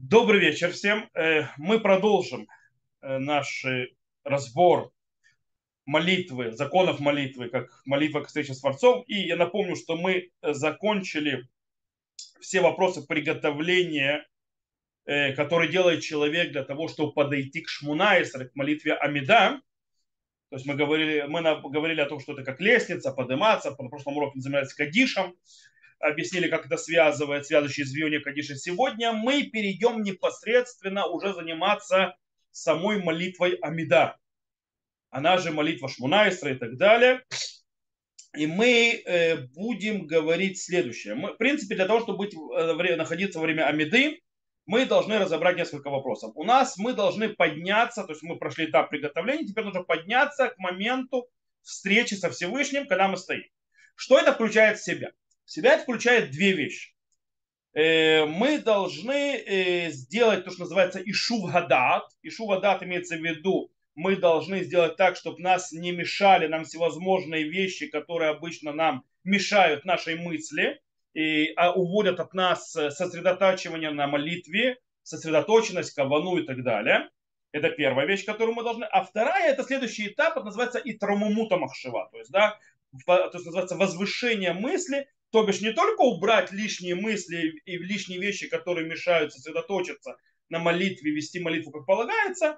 Добрый вечер всем. Мы продолжим наш разбор молитвы, законов молитвы, как молитва к встрече с Творцом. И я напомню, что мы закончили все вопросы приготовления, которые делает человек для того, чтобы подойти к Шмунаэсер, к молитве Амида. То есть мы говорили о том, что это как лестница, подниматься. На прошлом уроке мы занимались Кадишем, объяснили, как это связывает, связывающие звенья Кадиша. Сегодня мы перейдем непосредственно уже заниматься самой молитвой Амида. Она же молитва Шмунайсра и так далее. И мы будем говорить следующее. В принципе, для того, чтобы находиться во время Амиды, мы должны разобрать несколько вопросов. Мы должны подняться, то есть мы прошли этап приготовления, теперь нужно подняться к моменту встречи со Всевышним, когда мы стоим. Что это включает в себя? В себя это включает две вещи. Мы должны сделать то, что называется ишув гадат. Ишув гадат имеется в виду, мы должны сделать так, чтобы нас не мешали нам всевозможные вещи, которые обычно нам мешают нашей мысли, уводят от нас сосредотачивание на молитве, сосредоточенность, кавану и так далее. Это первая вещь, которую мы должны. А вторая, это следующий этап, это называется итрамумута махшива. То есть, да, то есть называется возвышение мысли, то бишь не только убрать лишние мысли и лишние вещи, которые мешают сосредоточиться на молитве, вести молитву как полагается,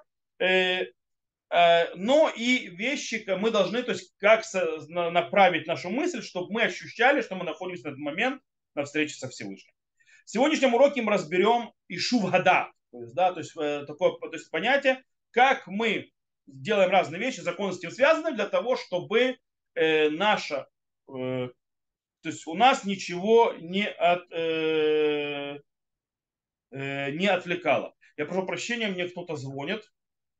но и вещи мы должны, то есть как направить нашу мысль, чтобы мы ощущали, что мы находимся в этот момент на встрече со Всевышним. В сегодняшнем уроке мы разберем Ишув Гада, то есть, да, то есть, такое то есть понятие, как мы делаем разные вещи, законы с этим связаны, для того, чтобы наша то есть у нас ничего не отвлекало. Я прошу прощения, мне кто-то звонит.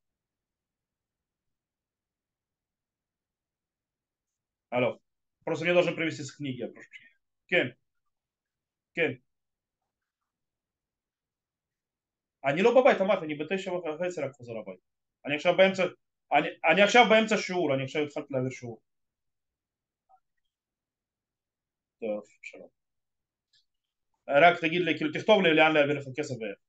Алло. Просто мне должны привести с книги, я прошу прощения. Кен, кен. אני לא בבית, אמרתי, אני בתשע וחצי רק חוזר הביתה. אני עכשיו באמצע, אני עכשיו באמצע שיעור, אני עכשיו התחלתי להעביר שיעור. טוב, שלום. רק תגיד לי, כאילו תכתוב לי לאן להעביר לך כסף ואיך.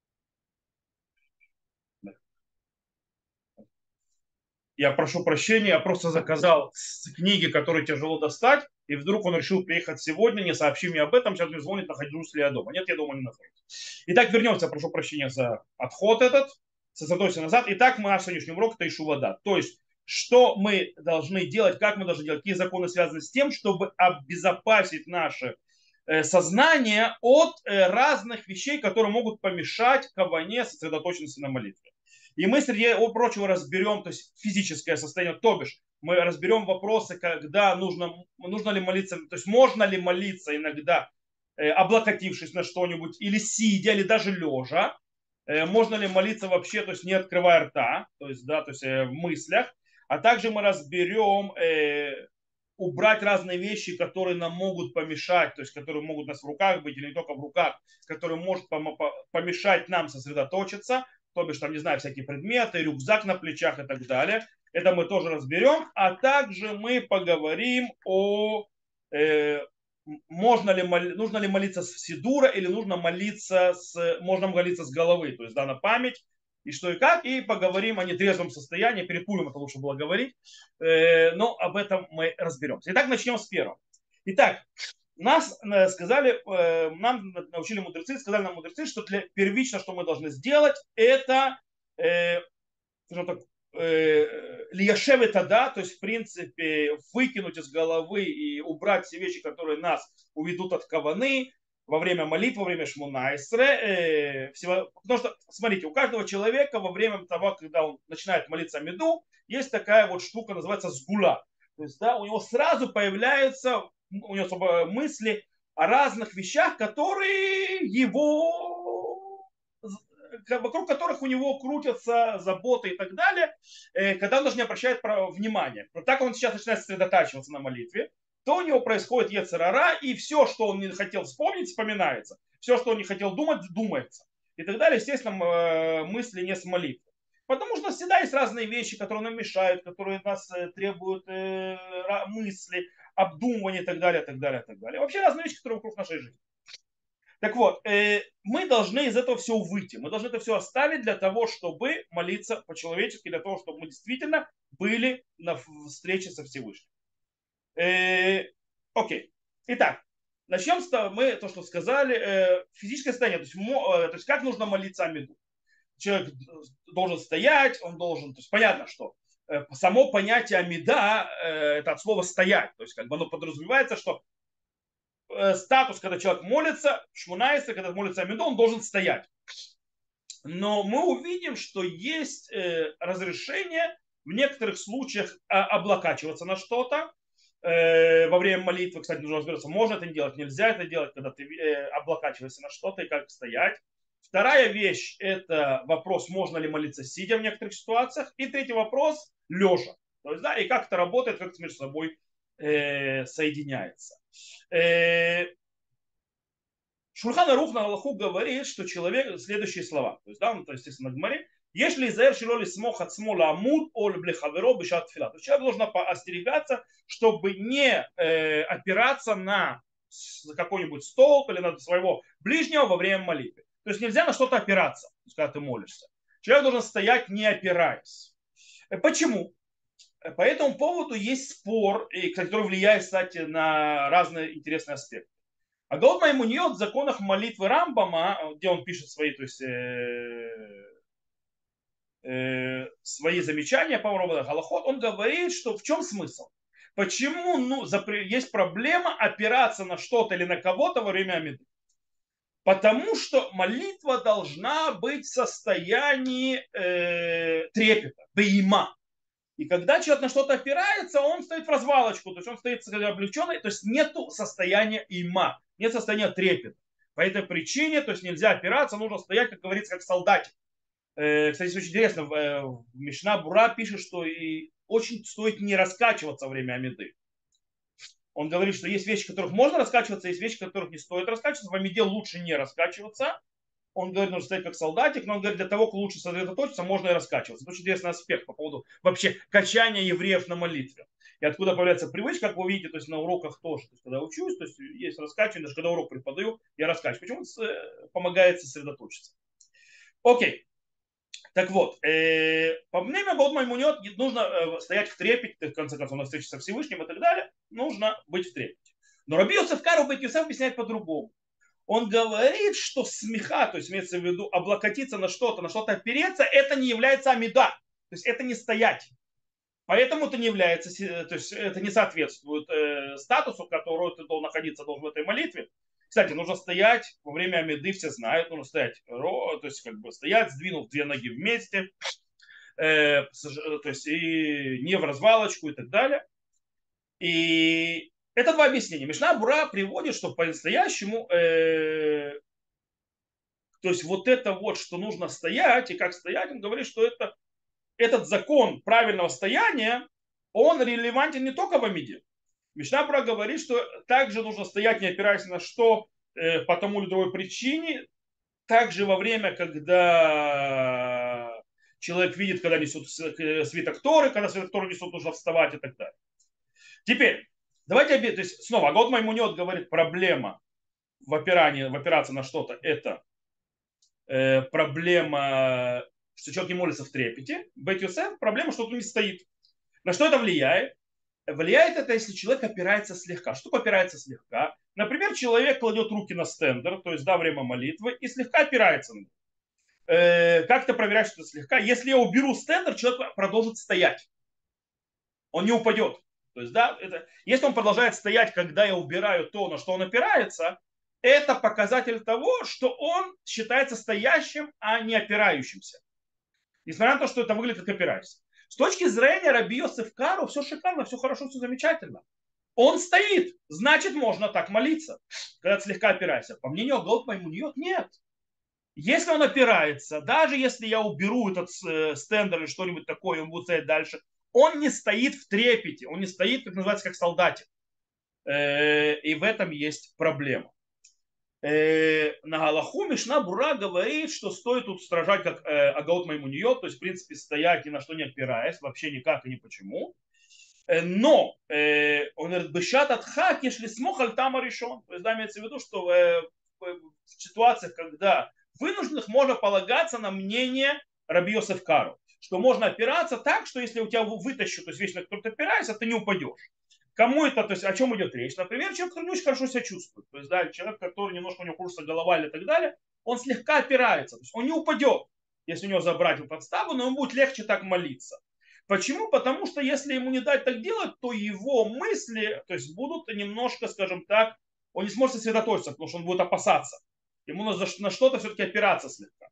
Я прошу прощения, я просто заказал книги, которые тяжело достать, и вдруг он решил приехать сегодня, не сообщи мне об этом, сейчас мне звонит, нахожусь ли я дома. Нет, я дома не нахожусь. Итак, вернемся, прошу прощения за отход этот, сосредоточься назад. Итак, наш сегодняшний урок это Ишувада. То есть, что мы должны делать, как мы должны делать, какие законы связаны с тем, чтобы обезопасить наше сознание от разных вещей, которые могут помешать каване сосредоточенности на молитве. И мы, среди прочего, разберем, то есть физическое состояние, то бишь мы разберем вопросы, когда нужно ли молиться, то есть можно ли молиться иногда, облокотившись на что-нибудь, или сидя, или даже лежа, можно ли молиться вообще, то есть не открывая рта, то есть, да, то есть в мыслях, а также мы разберем убрать разные вещи, которые нам могут помешать, то есть которые могут у нас в руках быть или не только в руках, которые могут помешать нам сосредоточиться, то бишь там, не знаю, всякие предметы, рюкзак на плечах и так далее. Это мы тоже разберем, а также мы поговорим о нужно ли молиться с сидура или можно молиться с головы, то есть да, на память, и что и как, и поговорим о нетрезвом состоянии. Перед Пурим это лучше было говорить, но об этом мы разберемся. Итак, начнем с первого. Итак, нам научили мудрецы, сказали нам мудрецы, что первично, что мы должны сделать, это скажем так, лияшевы тогда, то есть в принципе выкинуть из головы и убрать все вещи, которые нас уведут от каваны во время молитвы, во время шмунайсре. Потому что, смотрите, у каждого человека во время того, когда он начинает молиться меду, есть такая вот штука, называется сгула. То есть, да, у него сразу появляются у него мысли о разных вещах, которые вокруг которых у него крутятся заботы и так далее, когда он даже не обращает внимания. Но так он сейчас начинает сосредотачиваться на молитве, то у него происходит ецерара, и все, что он не хотел вспомнить, вспоминается. Все, что он не хотел думать, думается. И так далее, естественно, мысли не с молитвы. Потому что всегда есть разные вещи, которые нам мешают, которые нас требуют мысли, обдумывания и так далее, так далее, так далее. Вообще разные вещи, которые вокруг нашей жизни. Так вот, мы должны из этого всего выйти. Мы должны это все оставить для того, чтобы молиться по-человечески, для того, чтобы мы действительно были на встрече со Всевышним. Э, Окей. Итак, начнем с того, мы то, что сказали, физическое состояние, то есть как нужно молиться Амиду. Человек должен стоять, он должен, то есть понятно, что само понятие Амида, это от слова стоять, то есть как бы оно подразумевается, что статус, когда человек молится, шмунайся, когда молится Амиду, он должен стоять. Но мы увидим, что есть разрешение в некоторых случаях облокачиваться на что-то. Во время молитвы, кстати, нужно разбираться, можно это делать, нельзя это делать, когда ты облокачиваешься на что-то и как стоять. Вторая вещь – это вопрос, можно ли молиться сидя в некоторых ситуациях. И третий вопрос – лежа. То есть, да, и как это работает, как это между собой соединяется. Шульхан Арух на Аллаху говорит, что человек, следующие слова, то есть, да, то есть, естественно, Гмаре, если изаэр шилоли смох от смола амуд оль блехаверо бешат фила. То есть человек должен остерегаться, чтобы не опираться на какой-нибудь столб или на своего ближнего во время молитвы. То есть нельзя на что-то опираться, когда ты молишься. Человек должен стоять, не опираясь. Почему? По этому поводу есть спор, который влияет, кстати, на разные интересные аспекты. А Гаон Маймониот в законах молитвы Рамбама, где он пишет свои, то есть, свои замечания по поводу Галахот, он говорит, что в чем смысл? Почему есть проблема опираться на что-то или на кого-то во время Амиды? Потому что молитва должна быть в состоянии трепета, бейма. И когда человек на что-то опирается, он стоит в развалочку, то есть он стоит облегченный, то есть нет состояния има, нет состояния трепета. По этой причине, то есть нельзя опираться, нужно стоять, как говорится, как солдатик. Кстати, очень интересно, Мишна Бура пишет, что и очень стоит не раскачиваться во время Амиды. Он говорит, что есть вещи, в которых можно раскачиваться, есть вещи, в которых не стоит раскачиваться. В Амиде лучше не раскачиваться. Он говорит, нужно стоять как солдатик, но он говорит, для того, кто лучше сосредоточиться, можно и раскачиваться. Это очень интересный аспект по поводу вообще качания евреев на молитве. И откуда появляется привычка, как вы видите, то есть на уроках тоже. То есть когда учусь, то есть есть раскачивание, даже когда урок преподаю, я раскачиваю. Почему? Помогает сосредоточиться. Окей. Так вот, по мнению Гаон Маймониот, нужно стоять в трепете, в конце концов, на встрече со Всевышним и так далее. Нужно быть в трепете. Но Раби Йосеф Кару Бейт Йосеф объясняет по-другому. Он говорит, что смеха, то есть имеется в виду облокотиться на что-то опереться, это не является амида. То есть это не стоять. Поэтому это не является, то есть это не соответствует статусу, которого ты должен находиться должен в этой молитве. Кстати, нужно стоять во время амиды, все знают, нужно стоять, то есть как бы стоять, сдвинув две ноги вместе, то есть и не в развалочку и так далее. И это два объяснения. Мишна Бура приводит, что по-настоящему, то есть вот это вот, что нужно стоять и как стоять, он говорит, что этот закон правильного стояния, он релевантен не только в Амиде. Мишна Бура говорит, что также нужно стоять, не опираясь на что, по тому или другой причине, также во время, когда человек видит, когда несут свиток Торы, когда свиток Торы несут, нужно вставать и так далее. Теперь, давайте, то есть снова, Агот Маймониот говорит, проблема в опираться на что-то, это проблема, что человек не молится в трепете. Бейт Йосеф, проблема, что он не стоит. На что это влияет? Влияет это, если человек опирается слегка. Что такое опирается слегка? Например, человек кладет руки на стендер, то есть да, время молитвы, и слегка опирается на него. Как ты проверяешь, что это слегка? Если я уберу стендер, человек продолжит стоять. Он не упадет. То есть, да, если он продолжает стоять, когда я убираю то, на что он опирается, это показатель того, что он считается стоящим, а не опирающимся. Несмотря на то, что это выглядит как опираясь. С точки зрения Раби Йосеф Кару все шикарно, все хорошо, все замечательно. Он стоит, значит, можно так молиться, когда ты слегка опираешься. По мнению Гаон Маймониот, нет. Если он опирается, даже если я уберу этот стендер или что-нибудь такое, он будет стоять дальше, он не стоит в трепете, он не стоит, как называется, как солдатик. И в этом есть проблема. На Галаху Мишна Бура говорит, что стоит тут стражать как Агаот Маймониот, то есть в принципе стоять ни на что не опираясь, вообще никак и ни почему. Но он говорит, бешат от хак, если смог альтама решен. То есть да, имеется в виду, что в в ситуациях, когда вынужденных можно полагаться на мнение Раби Йосеф Кару, что можно опираться так, что если у тебя вытащат, то есть вещь, на которую ты опираешься, ты не упадешь. Кому это, то есть о чем идет речь? Например, человек, который не очень хорошо себя чувствует, то есть да, человек, который немножко у него кружится голова или так далее, он слегка опирается, то есть он не упадет, если у него забрать в подставу, но ему будет легче так молиться. Почему? Потому что если ему не дать так делать, то его мысли, то есть будут немножко, скажем так, он не сможет сосредоточиться, потому что он будет опасаться. Ему нужно на что-то все-таки опираться слегка.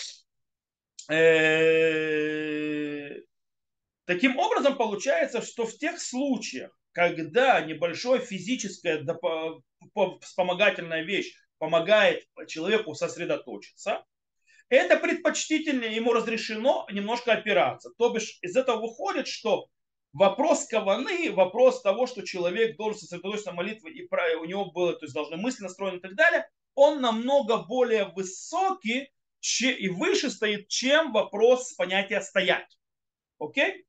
Таким образом, получается, что в тех случаях, когда небольшая физическая вспомогательная вещь помогает человеку сосредоточиться, это предпочтительнее, ему разрешено немножко опираться. То бишь из этого выходит, что вопрос каваны, вопрос того, что человек должен сосредоточиться на молитве, и у него было, то есть должны мысли настроены и так далее, он намного более высокий и выше стоит, чем вопрос понятия стоять. Окей?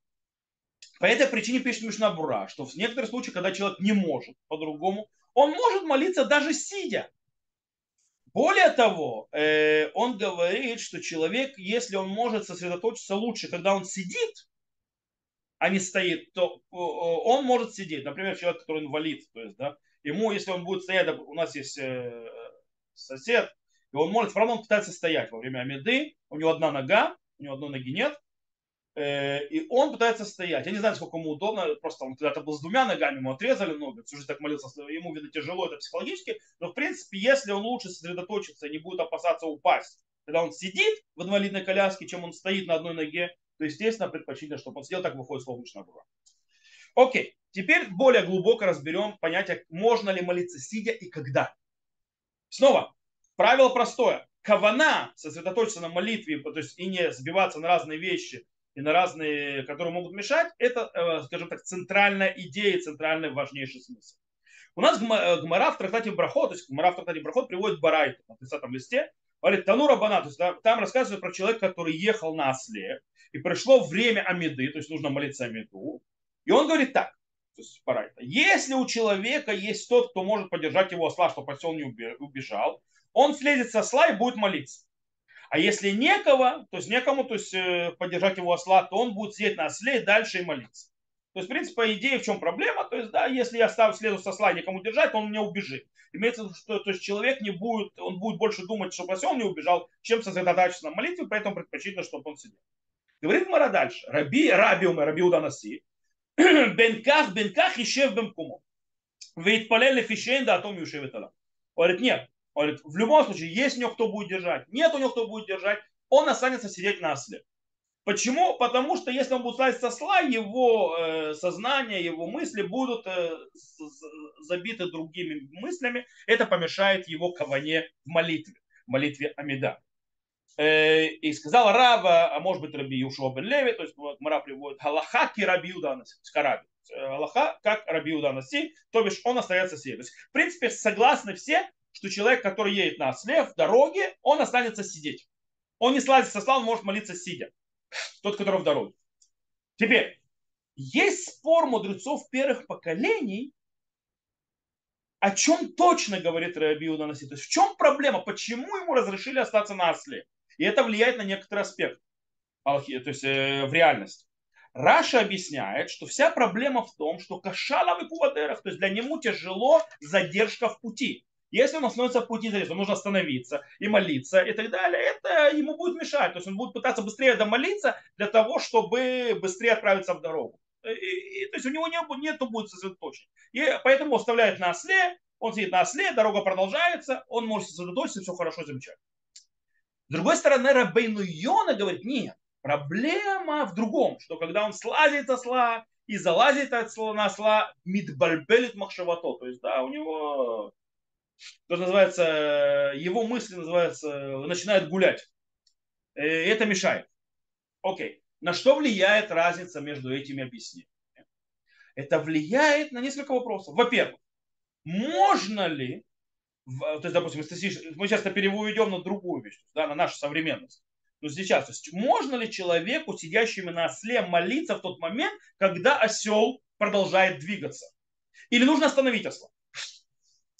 По этой причине пишет Мишна Бура, что в некоторых случаях, когда человек не может по-другому, он может молиться даже сидя. Более того, он говорит, что человек, если он может сосредоточиться лучше, когда он сидит, а не стоит, то он может сидеть. Например, человек, который инвалид, то есть, да, ему, если он будет стоять, у нас есть сосед, и он может, правда, он пытается стоять во время амиды, у него одна нога, у него одной ноги нет, и он пытается стоять. Я не знаю, сколько ему удобно, просто он когда-то был с двумя ногами, ему отрезали ноги, всю жизнь так молился, ему, видно, тяжело это психологически, но, в принципе, если он лучше сосредоточится и не будет опасаться упасть, когда он сидит в инвалидной коляске, чем он стоит на одной ноге, то, естественно, предпочтительно, чтобы он сидел, так выходит слово Мишна Бура. Окей, теперь более глубоко разберем понятие, можно ли молиться сидя и когда. Снова, правило простое. Кавана, сосредоточиться на молитве, то есть и не сбиваться на разные вещи, и на разные, которые могут мешать, это, скажем так, центральная идея, центральный важнейший смысл. У нас Гмара в трактате Брахот, то есть Гмара в трактате Брахот приводит Барайту на 30 листе, говорит, Танура Бана, то есть там рассказывается про человека, который ехал на осле, и пришло время Амиды, то есть нужно молиться Амиду, и он говорит так, то есть Барайта, если у человека есть тот, кто может поддержать его осла, чтобы осел не убежал, он слезет со осла и будет молиться. А если некого, то есть некому, то есть поддержать его осла, то он будет сидеть на осле и дальше и молиться. То есть, в принципе, по идее, в чем проблема? То есть, да, если я слезу со осла и никому держать, то он меня убежит. Имеется в виду, что то есть, человек не будет, он будет больше думать, чтобы осел не убежал, чем сосредотачиваться на молитве, поэтому предпочтительно, чтобы он сидел. Говорит Мара дальше. Раби Уданаси. Бенках ищев бемкумо. Вейтпалели фишейн да о том юшевит алам. Говорит, нет. Говорит, в любом случае, есть у него кто будет держать. Нет у него кто будет держать. Он останется сидеть на осле. Почему? Потому что если он будет слазить со осла, его сознание, его мысли будут забиты другими мыслями. Это помешает его каване в молитве Амида. И сказал Рава, а может быть Раби Юшуа бен Леви, то есть Мара приводит Галаха ки Раби Иуда анаси, Галаха как Раби Иуда анаси, то бишь он остается сидеть. То есть, в принципе, согласны все, что человек, который едет на осле в дороге, он останется сидеть. Он не слазит со осла, он может молиться сидя. Тот, который в дороге. Теперь, есть спор мудрецов первых поколений, о чем точно говорит Раби Иуда анаси. То есть в чем проблема, почему ему разрешили остаться на осле. И это влияет на некоторый аспект, то есть в реальности. Раша объясняет, что вся проблема в том, что кашалам и кувадерах, то есть для него тяжело задержка в пути. Если он остановится в пути, то нужно остановиться и молиться и так далее, это ему будет мешать. То есть он будет пытаться быстрее домолиться для того, чтобы быстрее отправиться в дорогу. То есть у него нету будет сосредоточения. И поэтому оставляет на осле, он сидит на осле, дорога продолжается, он может сосредоточиться, все хорошо, замечательно. С другой стороны, Рабейну Йона говорит, нет, проблема в другом, что когда он слазит с осла и залазит на осла, мидбальбелит махшавато, то есть, да, у него, то, что называется, его мысли, называется, начинают гулять. И это мешает. Окей. На что влияет разница между этими объяснениями? Это влияет на несколько вопросов. Во-первых, можно ли то есть, допустим, мы сейчас это переведем на другую вещь, да, на нашу современность. Но сейчас, то есть, можно ли человеку, сидящему на осле, молиться в тот момент, когда осел продолжает двигаться? Или нужно остановить осла?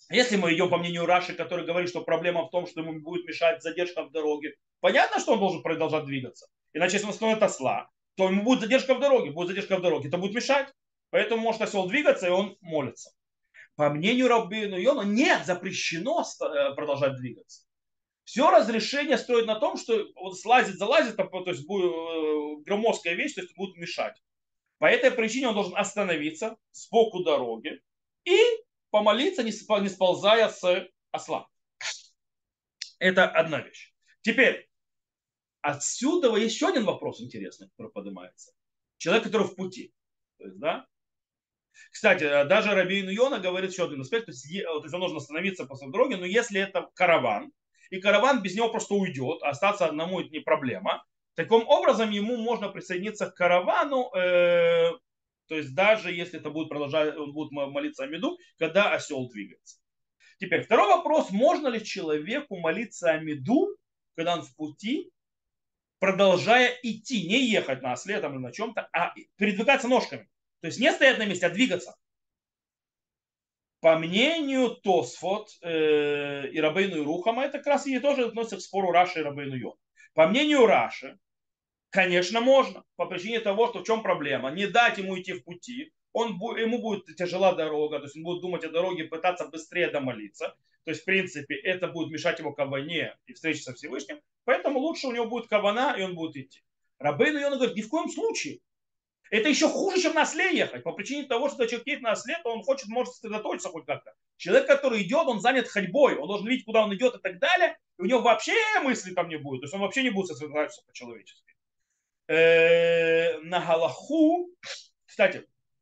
Если мы идем по мнению Раши, который говорит, что проблема в том, что ему будет мешать задержка в дороге, понятно, что он должен продолжать двигаться. Иначе, если он остановит осла, то ему будет задержка в дороге. Будет задержка в дороге, это будет мешать. Поэтому может осел двигаться, и он молится. По мнению Раббейну Йона, нет, запрещено продолжать двигаться. Все разрешение строит на том, что вот слазит, залазит, то есть будет громоздкая вещь, то есть будет мешать. По этой причине он должен остановиться сбоку дороги и помолиться, не сползая с осла. Это одна вещь. Теперь, отсюда есть еще один вопрос интересный, который поднимается. Человек, который в пути. То есть, да? Кстати, даже Рабейну Йона говорит еще один аспект, то есть он должен остановиться после дороги, но если это караван, и караван без него просто уйдет, а остаться одному это не проблема, таким образом ему можно присоединиться к каравану, то есть даже если это будет продолжать, он будет молиться Амиду, когда осел двигается. Теперь второй вопрос, можно ли человеку молиться Амиду, когда он в пути, продолжая идти, не ехать на осле там, или на чем-то, а передвигаться ножками. То есть не стоять на месте, а двигаться. По мнению Тосфот и Рабейну и Рухама, это как раз и тоже относится к спору Раши и Рабейну Йон. По мнению Раши, конечно, можно. По причине того, что в чем проблема. Не дать ему идти в пути. Ему будет тяжела дорога, то есть он будет думать о дороге, пытаться быстрее домолиться. То есть, в принципе, это будет мешать ему каване и встрече со Всевышним. Поэтому лучше у него будет кавана, и он будет идти. Рабейну Йон говорит, ни в коем случае. Это еще хуже, чем на осле ехать. По причине того, что человек едет на осле, то он хочет, может сосредоточиться хоть как-то. Человек, который идет, он занят ходьбой. Он должен видеть, куда он идет и так далее. И у него вообще мысли там не будет. То есть он вообще не будет сосредоточиться по-человечески. На Галаху, кстати,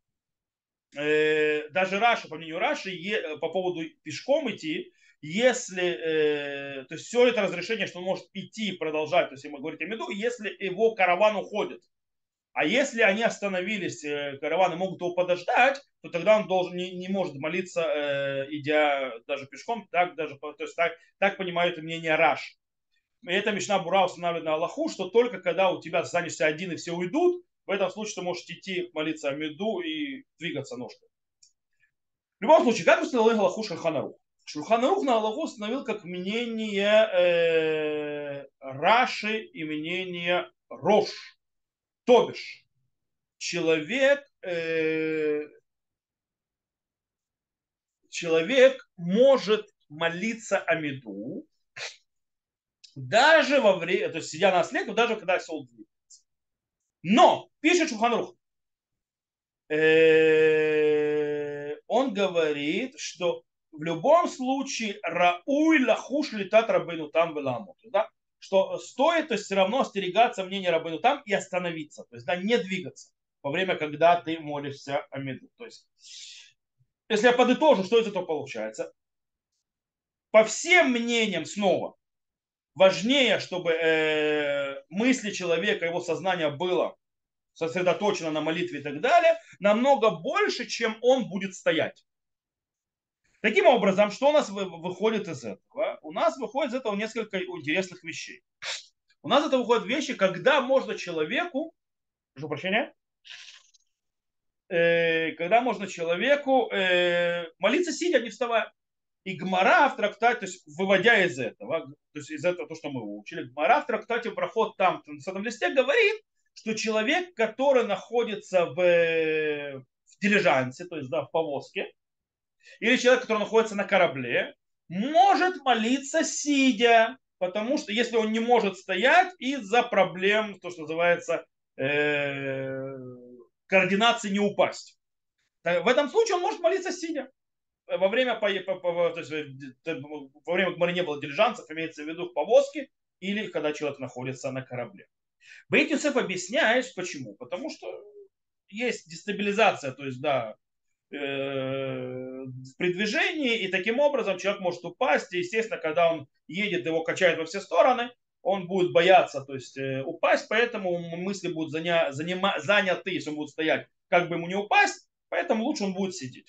даже Раши, по мнению Раши, по поводу пешком идти, если, то есть все это разрешение, что он может идти и продолжать, то есть мы говорим о меду, если его караван уходит. А если они остановились, караваны могут его подождать, то тогда он должен, не может молиться, идя даже пешком, то есть так понимают мнение Раш. И это Мишна Бура устанавливает на Аллаху, что только когда у тебя останешься один и все уйдут, в этом случае ты можешь идти молиться о меду и двигаться ножкой. В любом случае, как установил Аллаху Шульханарух? Шульханарух на Аллаху установил как мнение Раши и мнение Рош. То бишь, человек может молиться о меду даже во время, то есть сидя на осле, но даже когда осел двигается. Но, пишет Шуханрух, он говорит, что в любом случае рауй лахуш летат рабыну там веламот. Да? Что стоит, то есть все равно остерегаться мнения рабыну там и остановиться. То есть да, не двигаться во время, когда ты молишься о меду. То есть, если я подытожу, что из этого получается? По всем мнениям снова важнее, чтобы мысли человека, его сознание было сосредоточено на молитве и так далее, намного больше, чем он будет стоять. Таким образом, что у нас выходит из этого? У нас выходит из этого несколько интересных вещей. У нас это выходят вещи, когда можно человеку, прошу прощения, когда можно человеку молиться сидя, не вставая. И Гмара в трактате, то есть выводя из этого, то есть из этого то, что мы выучили, Гмара в трактате проход там, в этом листе говорит, что человек, который находится в дилижансе, то есть да, в повозке, или человек, который находится на корабле, может молиться сидя, потому что если он не может стоять из-за проблем, то, что называется, координации не упасть. В этом случае он может молиться сидя во время, то есть, во время Гмары не было дилижансов, имеется в виду в повозке или когда человек находится на корабле. Бейт Юсеф объясняет, почему. Потому что есть дестабилизация, то есть, да, при движении, и таким образом человек может упасть, и, естественно, когда он едет, его качает во все стороны, он будет бояться, то есть, упасть, поэтому мысли будут заняты, если он будет стоять, как бы ему не упасть, поэтому лучше он будет сидеть.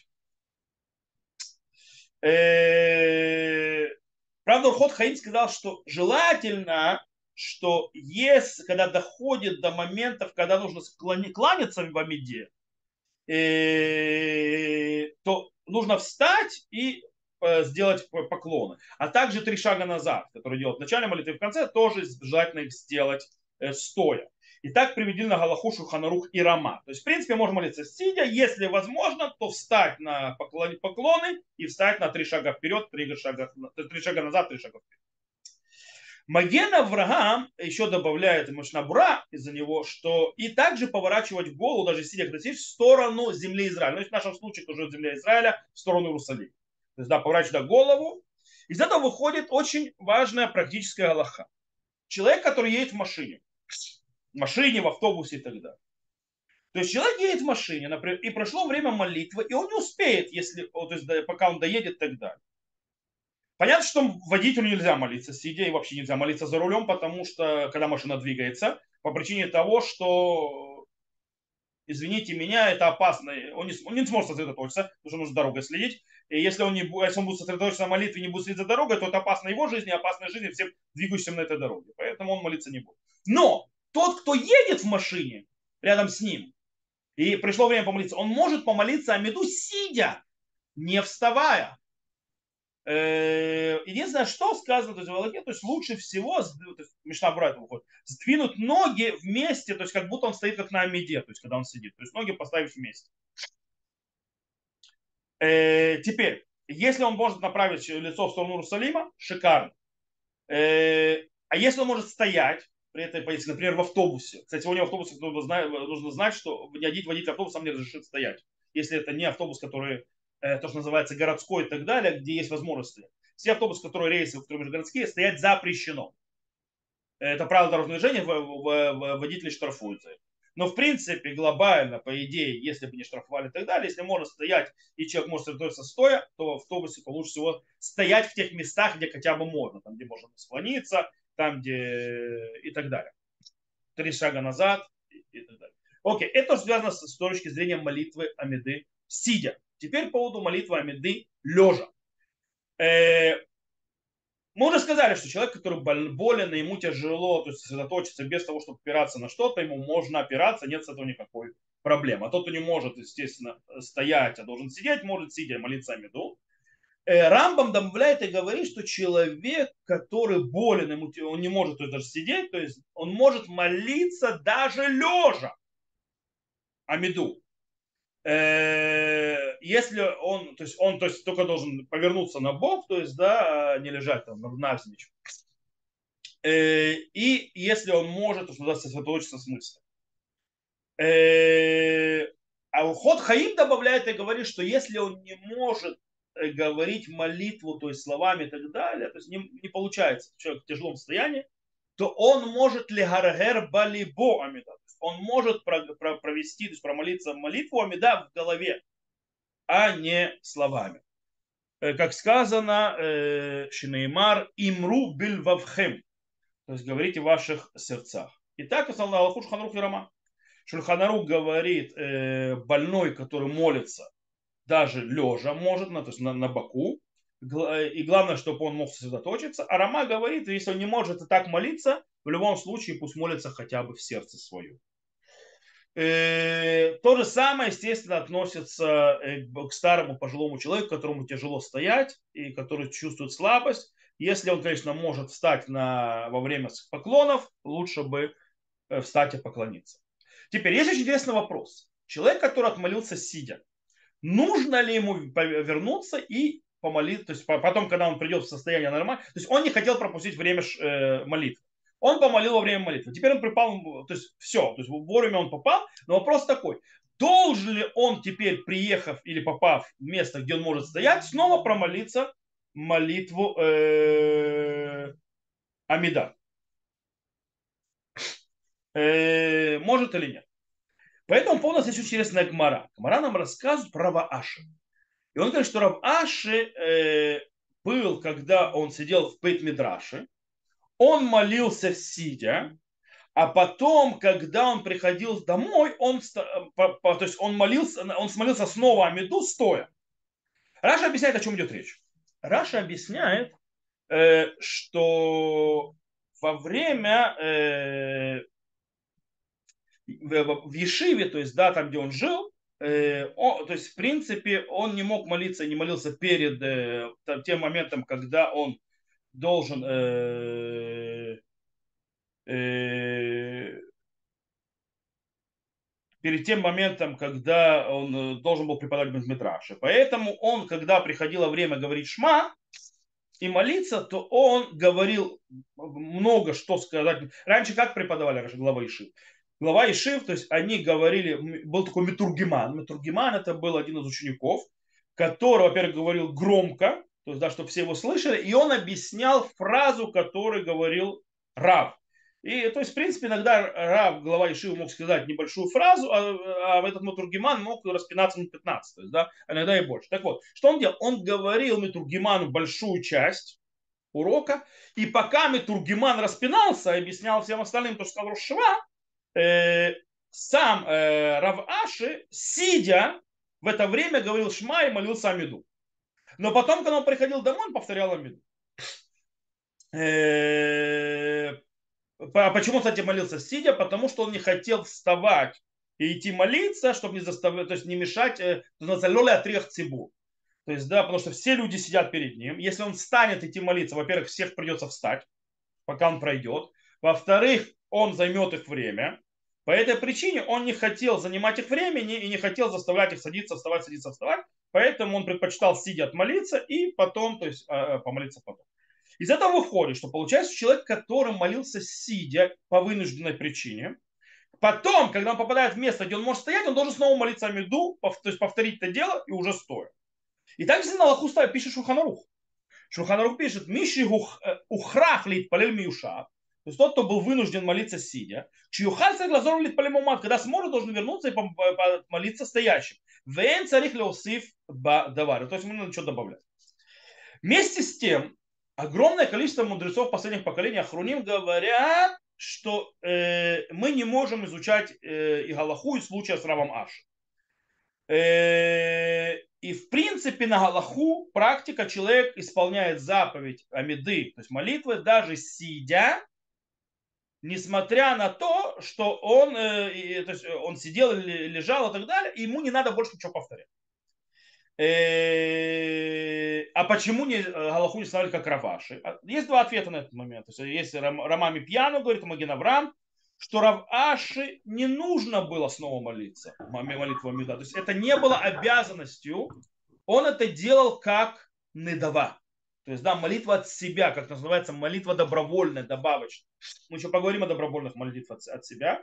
Правда, Урхот Хаим сказал, что желательно, что если, когда доходит до моментов, когда нужно кланяться в Амиде, то нужно встать и сделать поклоны. А также 3 шага назад, которые делают в начале молитвы и в конце, тоже желательно их сделать стоя. И так приведены на Галаху, Шулхан Арух и Рама. То есть, в принципе, можно молиться сидя. Если возможно, то встать на поклоны и встать на 3 шага вперед, 3 шага назад, 3 шага вперед. Маген Авраам еще добавляет Машнабура из-за него, что и также поворачивать голову, даже сидя когда сидишь, в сторону земли Израиля. Ну, в нашем случае тоже земля Израиля, в сторону Иерусалима. То есть, да, поворачивать голову. Из этого выходит очень важная практическая галаха. Человек, который едет в машине, в автобусе и так далее. То есть человек едет в машине, например, и прошло время молитвы, и он не успеет, если, то есть, пока он доедет и так далее. Понятно, что водителю нельзя молиться сидя, и вообще нельзя молиться за рулем, потому что когда машина двигается, по причине того, что, извините меня, это опасно. Он не сможет сосредоточиться, потому что нужно дорогой следить. И если он будет сосредоточиться на молитве и не будет следить за дорогой, то это опасно его жизни, опасной жизни всем двигающимся на этой дороге. Поэтому он молиться не будет. Но тот, кто едет в машине рядом с ним, и пришло время помолиться, он может помолиться Амиду сидя, не вставая. Единственное, что сказано, то есть в Аллахе, то есть лучше всего, то есть Мишна Бура это выходит, сдвинуть ноги вместе, то есть как будто он стоит как на Амиде, то есть когда он сидит, то есть ноги поставить вместе. Теперь, если он может направить лицо в сторону Иерусалима, шикарно. А если он может стоять при этой поездке, например, в автобусе. Кстати, сегодня в автобусе нужно знать, что водитель автобуса не разрешит стоять. Если это не автобус, который то, что называется городской и так далее, где есть возможность стоять. Все автобусы, которые рейсы, которые межгородские, стоять запрещено. Это правило дорожного движения, водители штрафуют за это. Но в принципе, глобально, по идее, если бы не штрафовали и так далее, если можно стоять и человек может сосредоточиться стоя, то в автобусе то лучше всего стоять в тех местах, где хотя бы можно. Там, где можно склониться, там, где и так далее. 3 шага назад и так далее. Окей, это связано с точки зрения молитвы Амиды сидя. Теперь по поводу молитвы Амиды лежа. Мы уже сказали, что человек, который болен, и ему тяжело, то есть сосредоточиться без того, чтобы опираться на что-то, ему можно опираться, нет с этого никакой проблемы. А тот, кто не может, естественно, стоять, а должен сидеть, может сидя молиться Амиду. Рамбам добавляет и говорит, что человек, который болен, он не может то есть, даже сидеть, то есть он может молиться даже лежа Амиду. Если он то есть, только должен повернуться на бок, то есть, да, не лежать там навзничь. И если он может, то что сосредоточиться с мыслью. А Ход Хаим добавляет и говорит, что если он не может говорить молитву, то есть словами и так далее, то есть не получается, человек в тяжелом состоянии, то он может легаргер балибо амида. Он может провести, то есть промолиться молитву амида в голове, а не словами. Как сказано, Шинеймар, имру бильвавхем, то есть говорите в ваших сердцах. И так на Аллаху Шульхан Арух и Рама. Шульхан Арух говорит, больной, который молится, даже лежа может, то есть на боку. И главное, чтобы он мог сосредоточиться. А Рама говорит, если он не может и так молиться, в любом случае пусть молится хотя бы в сердце свое. То же самое, естественно, относится к старому пожилому человеку, которому тяжело стоять и который чувствует слабость. Если он, конечно, может встать во время поклонов, лучше бы встать и поклониться. Теперь есть очень интересный вопрос. Человек, который отмолился сидя, нужно ли ему вернуться и помолиться, то есть потом, когда он придет в состояние нормально, то есть он не хотел пропустить время молитвы. Он помолил во время молитвы. Теперь он припал, то есть все, то есть вовремя он попал. Но вопрос такой, должен ли он теперь, приехав или попав в место, где он может стоять, снова промолиться молитву Амида? Может или нет? По этому поводу здесь очень интересная Гмара. Гмара нам рассказывает про Раваши. И он говорит, что Рав Аши был, когда он сидел в Бейт-Мидраше, он молился сидя, а потом, когда он приходил домой, то есть он смолился снова Амиду стоя. Раша объясняет, о чем идет речь. Раша объясняет, что во время в Ешиве, то есть да, там, где он жил, то есть, в принципе, он не мог молиться, не молился перед тем моментом, когда он должен э, перед тем моментом, когда он должен был преподавать Мидраши. Поэтому он, когда приходило время говорить Шма и молиться, то он говорил много что сказать. Раньше как преподавали глава Ишив? Глава Ишив, то есть они говорили, был такой Метургиман. Метургиман это был один из учеников, который, во-первых, говорил громко, то есть, да, чтобы все его слышали, и он объяснял фразу, которую говорил Рав. И, то есть, в принципе, иногда Рав, глава Ишива, мог сказать небольшую фразу, а этот Матургиман мог распинаться на 15, то есть, да, а иногда и больше. Так вот, что он делал? Он говорил Матургиману большую часть урока, и пока Матургиман распинался и объяснял всем остальным то, что сказал Шва, сам Рав Аши, сидя в это время, говорил Шма и молился Амиду. Но потом, когда он приходил домой, он повторял Амиду. Почему, кстати, молился сидя? Потому что он не хотел вставать и идти молиться, чтобы не заставлять, то есть не мешать, лоли отрех цибу. То есть, да, потому что все люди сидят перед ним. Если он встанет идти молиться, во-первых, всех придется встать, пока он пройдет. Во-вторых, он займет их время. По этой причине он не хотел занимать их времени и не хотел заставлять их садиться, вставать, садиться, вставать. Поэтому он предпочитал сидя отмолиться и потом, то есть помолиться потом. Из этого выходит, что получается человек, который молился сидя по вынужденной причине, потом, когда он попадает в место, где он может стоять, он должен снова молиться Амиду, то есть повторить это дело и уже стоя. И также на Аллаху пишет Шуханарух. Шуханарух пишет, Миши ухрах лит палель миюша, то есть тот, кто был вынужден молиться сидя, чьюхальца глазор лит палель мумат, когда сможет, должен вернуться и молиться стоящим. Вен царих леусиф давар, то есть ему надо что добавлять. Вместе с тем, огромное количество мудрецов последних поколений Ахруним говорят, что мы не можем изучать и Галаху, и случая с Равом Аши. И в принципе на Галаху практика человек исполняет заповедь Амиды, то есть молитвы, даже сидя, несмотря на то, что он, то есть он сидел, лежал и так далее, и ему не надо больше ничего повторять. А почему не, Галаху не ставили как Раваши? Есть два ответа на этот момент. То есть Рамами Пьяну, говорит Маген Авраам, что Раваши не нужно было снова молиться, молитву Амида. То есть это не было обязанностью. Он это делал как недава. То есть, да, молитва от себя, как называется, молитва добровольная, добавочная. Мы еще поговорим о добровольных молитвах от себя.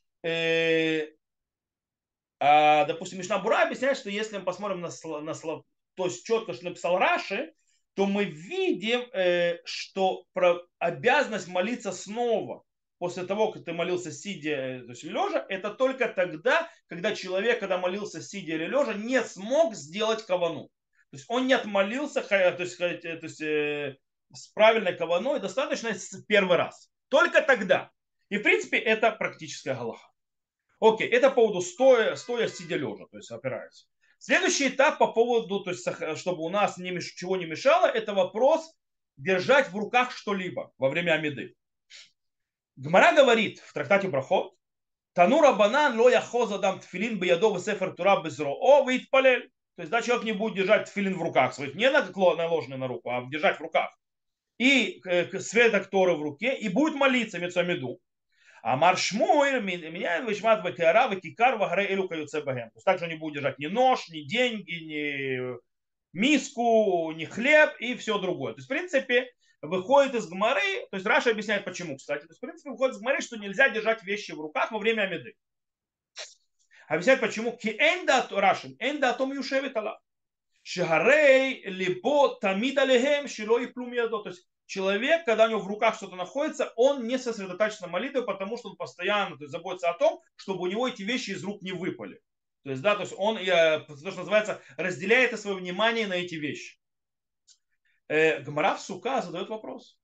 Допустим, Мишна Бура объясняет, что если мы посмотрим на слово, то есть четко, что написал Раши, то мы видим, что про обязанность молиться снова после того, как ты молился сидя, то есть лежа, это только тогда, когда человек, когда молился сидя или лежа, не смог сделать кавану. То есть он не отмолился, то есть с правильной каваной достаточно первый раз. Только тогда. И в принципе это практическая галаха. Окей, это по поводу стоя, сидя, лежа, то есть опираясь. Следующий этап по поводу, то есть чтобы у нас ничего не мешало, это вопрос держать в руках что-либо во время амиды. Гмара говорит в трактате Брахот, Танура банан ло яхоза дам тфилин биядов сефер тура безроо витпалель. То есть, да, человек не будет держать тфилин в руках своих, не наложенный на руку, а держать в руках. И света Торы в руке, и будет молиться, имеется в виду. А маршмуй меня вышмат бекара векикар вагре элю каюце багем. То есть также не будет держать ни нож, ни деньги, ни миску, ни хлеб и все другое. То есть, в принципе, выходит из Гмары, то есть Раша объясняет, почему, кстати. То есть, в принципе, выходит из Гмары, что нельзя держать вещи в руках во время амиды. Объясняет, почему. Ки энда Рашин, энда атом юшевит Аллах. Шигарей либо тамид алехем шило и плумьядо. То есть человек, когда у него в руках что-то находится, он не сосредотачивается на молитве, потому что он постоянно, то есть, заботится о том, чтобы у него эти вещи из рук не выпали. То есть, да, то есть он, то, что называется, разделяет свое внимание на эти вещи. Гмара в Сука задает вопрос.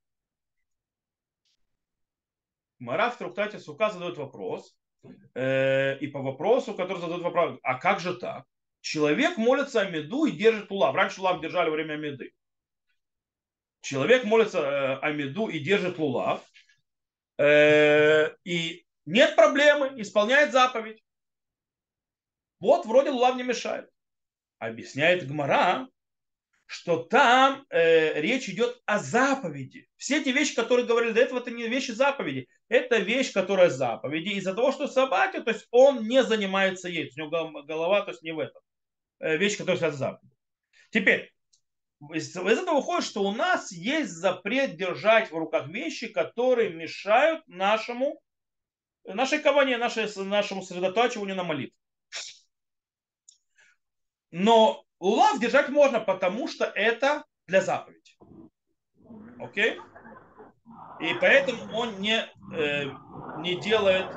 Гмара в трактате Сука задает вопрос. И по вопросу, который задает вопрос, а как же так? Человек молится о меду и держит лулав. Раньше лулав держали во время меды. Человек молится о меду и держит лулав. И нет проблемы, исполняет заповедь. Вот вроде лулав не мешает. Объясняет Гмара, что там речь идет о заповеди. Все эти вещи, которые говорили до этого, это не вещи заповеди. Это вещь, которая заповеди. Из-за того, что собака, то есть он не занимается ей. То есть у него голова, то есть не в этом. Вещь, которая связана с заповедью. Теперь, из этого выходит, что у нас есть запрет держать в руках вещи, которые мешают нашей каване, нашему сосредотачиванию на молитве. Но лулав держать можно, потому что это для заповеди. Окей? И поэтому он не делает,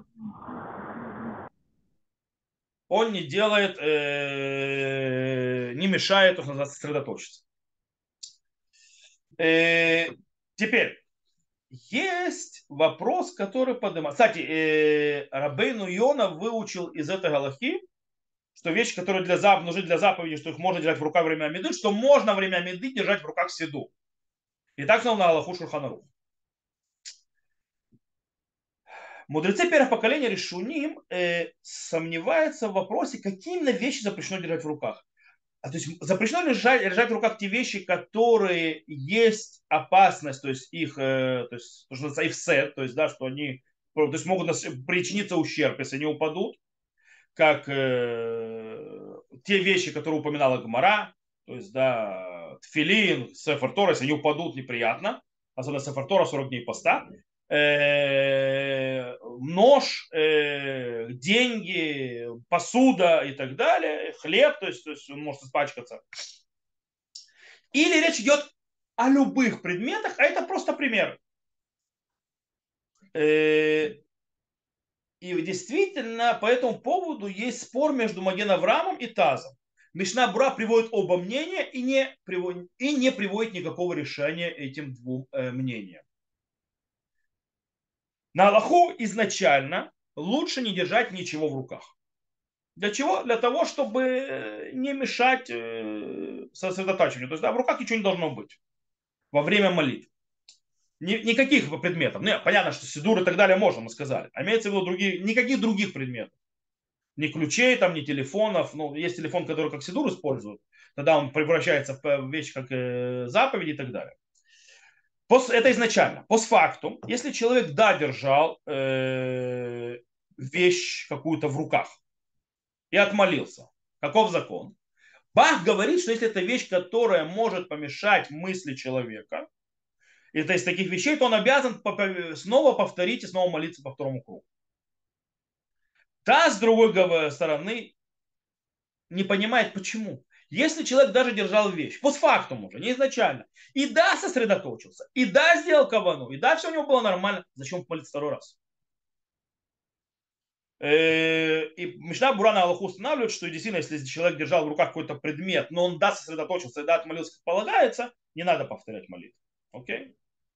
не мешает, то есть сосредоточиться. Э, Теперь, есть вопрос, который поднимается. Кстати, Рабейну Йона выучил из этой галахи, что вещи, которые нужны для заповеди, что их можно держать в руках во время меды, что можно во время меды держать в руках седу. И так знал на Галаху Шульхан Арух. Мудрецы первого поколения Решуним сомневаются в вопросе, какие именно вещи запрещено держать в руках. То есть запрещено держать в руках те вещи, которые есть опасность, то есть их, то есть, то, что называется, их сет, то есть, да, что они то есть могут причиниться ущерб, если они упадут, как те вещи, которые упоминала Гмара, то есть, да, тфилин, сефер Тора, если они упадут, неприятно, особенно сефер Тора, 40 дней поста, нож, деньги, посуда и так далее, хлеб, то есть он может испачкаться. Или речь идет о любых предметах, а это просто пример. И действительно, по этому поводу есть спор между Маген Авраамом и Тазом. Мишна Бура приводит оба мнения и не приводит никакого решения этим двум мнениям. На Аллаху изначально лучше не держать ничего в руках. Для чего? Для того, чтобы не мешать сосредотачиванию. То есть, да, в руках ничего не должно быть во время молитвы. Никаких предметов. Нет, понятно, что сидур и так далее можно, мы сказали. А имеется в виду никаких других предметов. Ни ключей, там, ни телефонов. Ну, есть телефон, который как сидур используют. Тогда он превращается в вещь как заповеди и так далее. Это изначально. Постфактум, если человек, да, держал вещь какую-то в руках и отмолился, каков закон? Бах говорит, что если это вещь, которая может помешать мысли человека, это из таких вещей, то он обязан снова повторить и снова молиться по второму кругу. Та, с другой стороны, не понимает, почему. Если человек даже держал вещь, постфактум уже, не изначально, и да, сосредоточился, и да, сделал кавану, и да, все у него было нормально, зачем молиться второй раз? И Мишна Бура на Аллаху устанавливает, что действительно, если человек держал в руках какой-то предмет, но он да, сосредоточился, и да, отмолился, как полагается, не надо повторять молитву. Окей?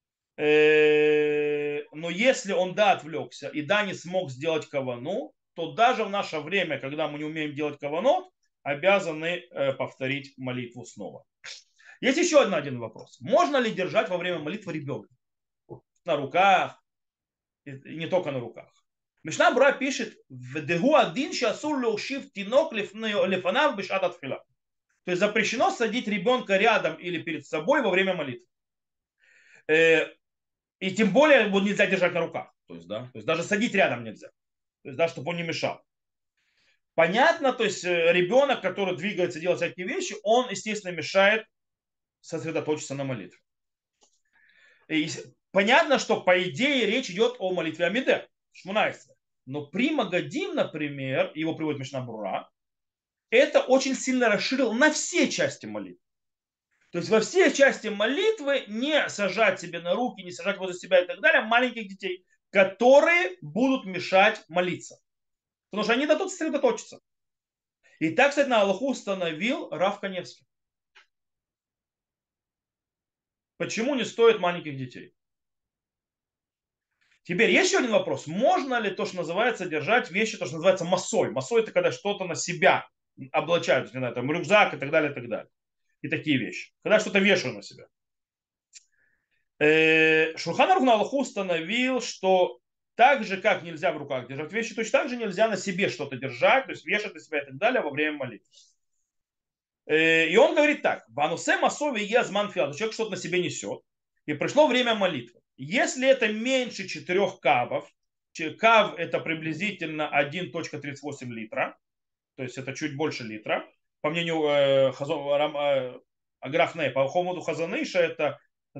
Но если он да, отвлекся и да, не смог сделать кавану, то даже в наше время, когда мы не умеем делать каванот, обязаны повторить молитву снова. Есть еще один вопрос. Можно ли держать во время молитвы ребенка? На руках, и не только на руках. Мишна Бура пишет, «Вдегу один шасур леушив тинок лефанав бешат атфила». То есть запрещено садить ребенка рядом или перед собой во время молитвы. И тем более его нельзя держать на руках. То есть даже садить рядом нельзя. То есть, да, чтобы он не мешал. Понятно, то есть ребенок, который двигается, делает всякие вещи, он, естественно, мешает сосредоточиться на молитве. И понятно, что по идее речь идет о молитве Амиде, Шмунайсе. Но при Магадим, например, его приводит Мишна Бура, это очень сильно расширил на все части молитвы. То есть во все части молитвы не сажать себе на руки, не сажать возле себя и так далее маленьких детей, которые будут мешать молиться. Потому что они дадут сосредоточиться. И так, кстати, на Аллаху установил Рав Каневский. Почему не стоит маленьких детей? Теперь есть еще один вопрос. Можно ли то, что называется, держать вещи, то, что называется массой? Массой это когда что-то на себя облачают, не знаю, там рюкзак и так далее, и так далее. И такие вещи. Когда что-то вешаю на себя. Шульхан Арух на Аллаху установил, что Так же, как нельзя в руках держать вещи, точно так же нельзя на себе что-то держать, то есть вешать на себя и так далее во время молитвы. И он говорит так: «Ванусе масови язман фиал». Человек что-то на себе несет, и пришло время молитвы. Если это меньше 4 кавов, кав это приблизительно 1,38 литра, то есть это чуть больше литра. По мнению Аграфне, по Хомуду Хазаныша это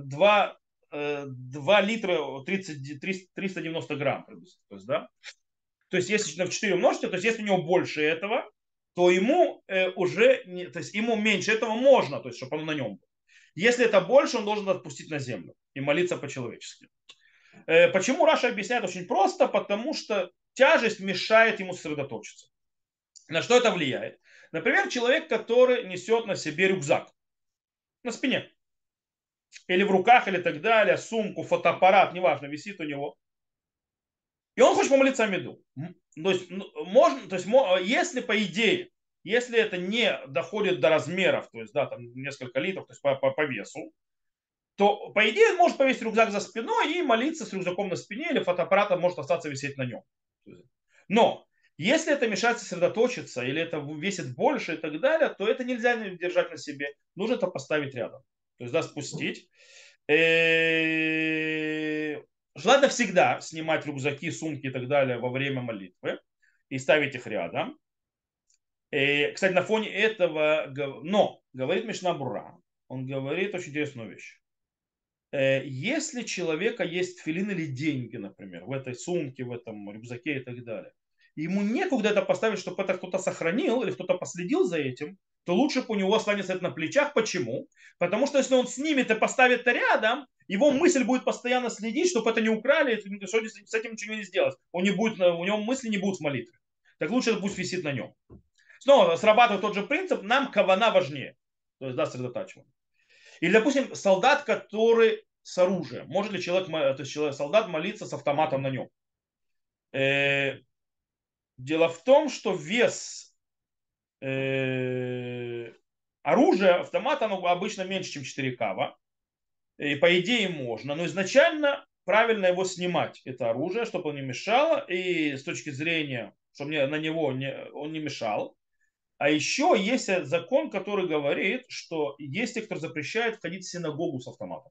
2 литра 390 грамм. То есть, да? То есть если на 4 умножить, то есть если у него больше этого, то ему уже, не, то есть ему меньше этого можно, то есть чтобы он на нем был. Если это больше, он должен отпустить на землю и молиться по-человечески. Почему Раша объясняет очень просто? Потому что тяжесть мешает ему сосредоточиться. На что это влияет? Например, человек, который несет на себе рюкзак на спине или в руках, или так далее, сумку, фотоаппарат, неважно, висит у него. И он хочет помолиться Амиду. То есть, можно, то есть, если по идее, если это не доходит до размеров, то есть, да, там несколько литров, то есть по весу, то, по идее, он может повесить рюкзак за спиной и молиться с рюкзаком на спине, или фотоаппаратом может остаться висеть на нем. Но если это мешает сосредоточиться, или это весит больше и так далее, то это нельзя держать на себе. Нужно это поставить рядом. То есть, да, спустить. Желательно всегда снимать рюкзаки, сумки и так далее во время молитвы и ставить их рядом. Кстати, на фоне этого, но, говорит Мишна Бура, он говорит очень интересную вещь. Если у человека есть тфилин или деньги, например, в этой сумке, в этом рюкзаке и так далее, ему некуда это поставить, чтобы это кто-то сохранил или кто-то последил за этим, то лучше бы у него останется это на плечах. Почему? Потому что если он снимет и поставит это рядом, его мысль будет постоянно следить, чтобы это не украли, что с этим ничего не сделать. Он не будет, у него мысли не будут в молитве. Так лучше это пусть висит на нем. Снова срабатывает тот же принцип, нам кавана важнее. То есть, да, сосредотачиваем. Или, допустим, солдат, который с оружием. Может ли человек, то есть солдат молиться с автоматом на нем? Дело в том, что вес оружия автомата обычно меньше, чем 4 кава. И по идее можно. Но изначально правильно его снимать, это оружие, чтобы он не мешало. И с точки зрения, чтобы на него он не мешал. А еще есть закон, который говорит, что есть те, кто запрещает ходить в синагогу с автоматом.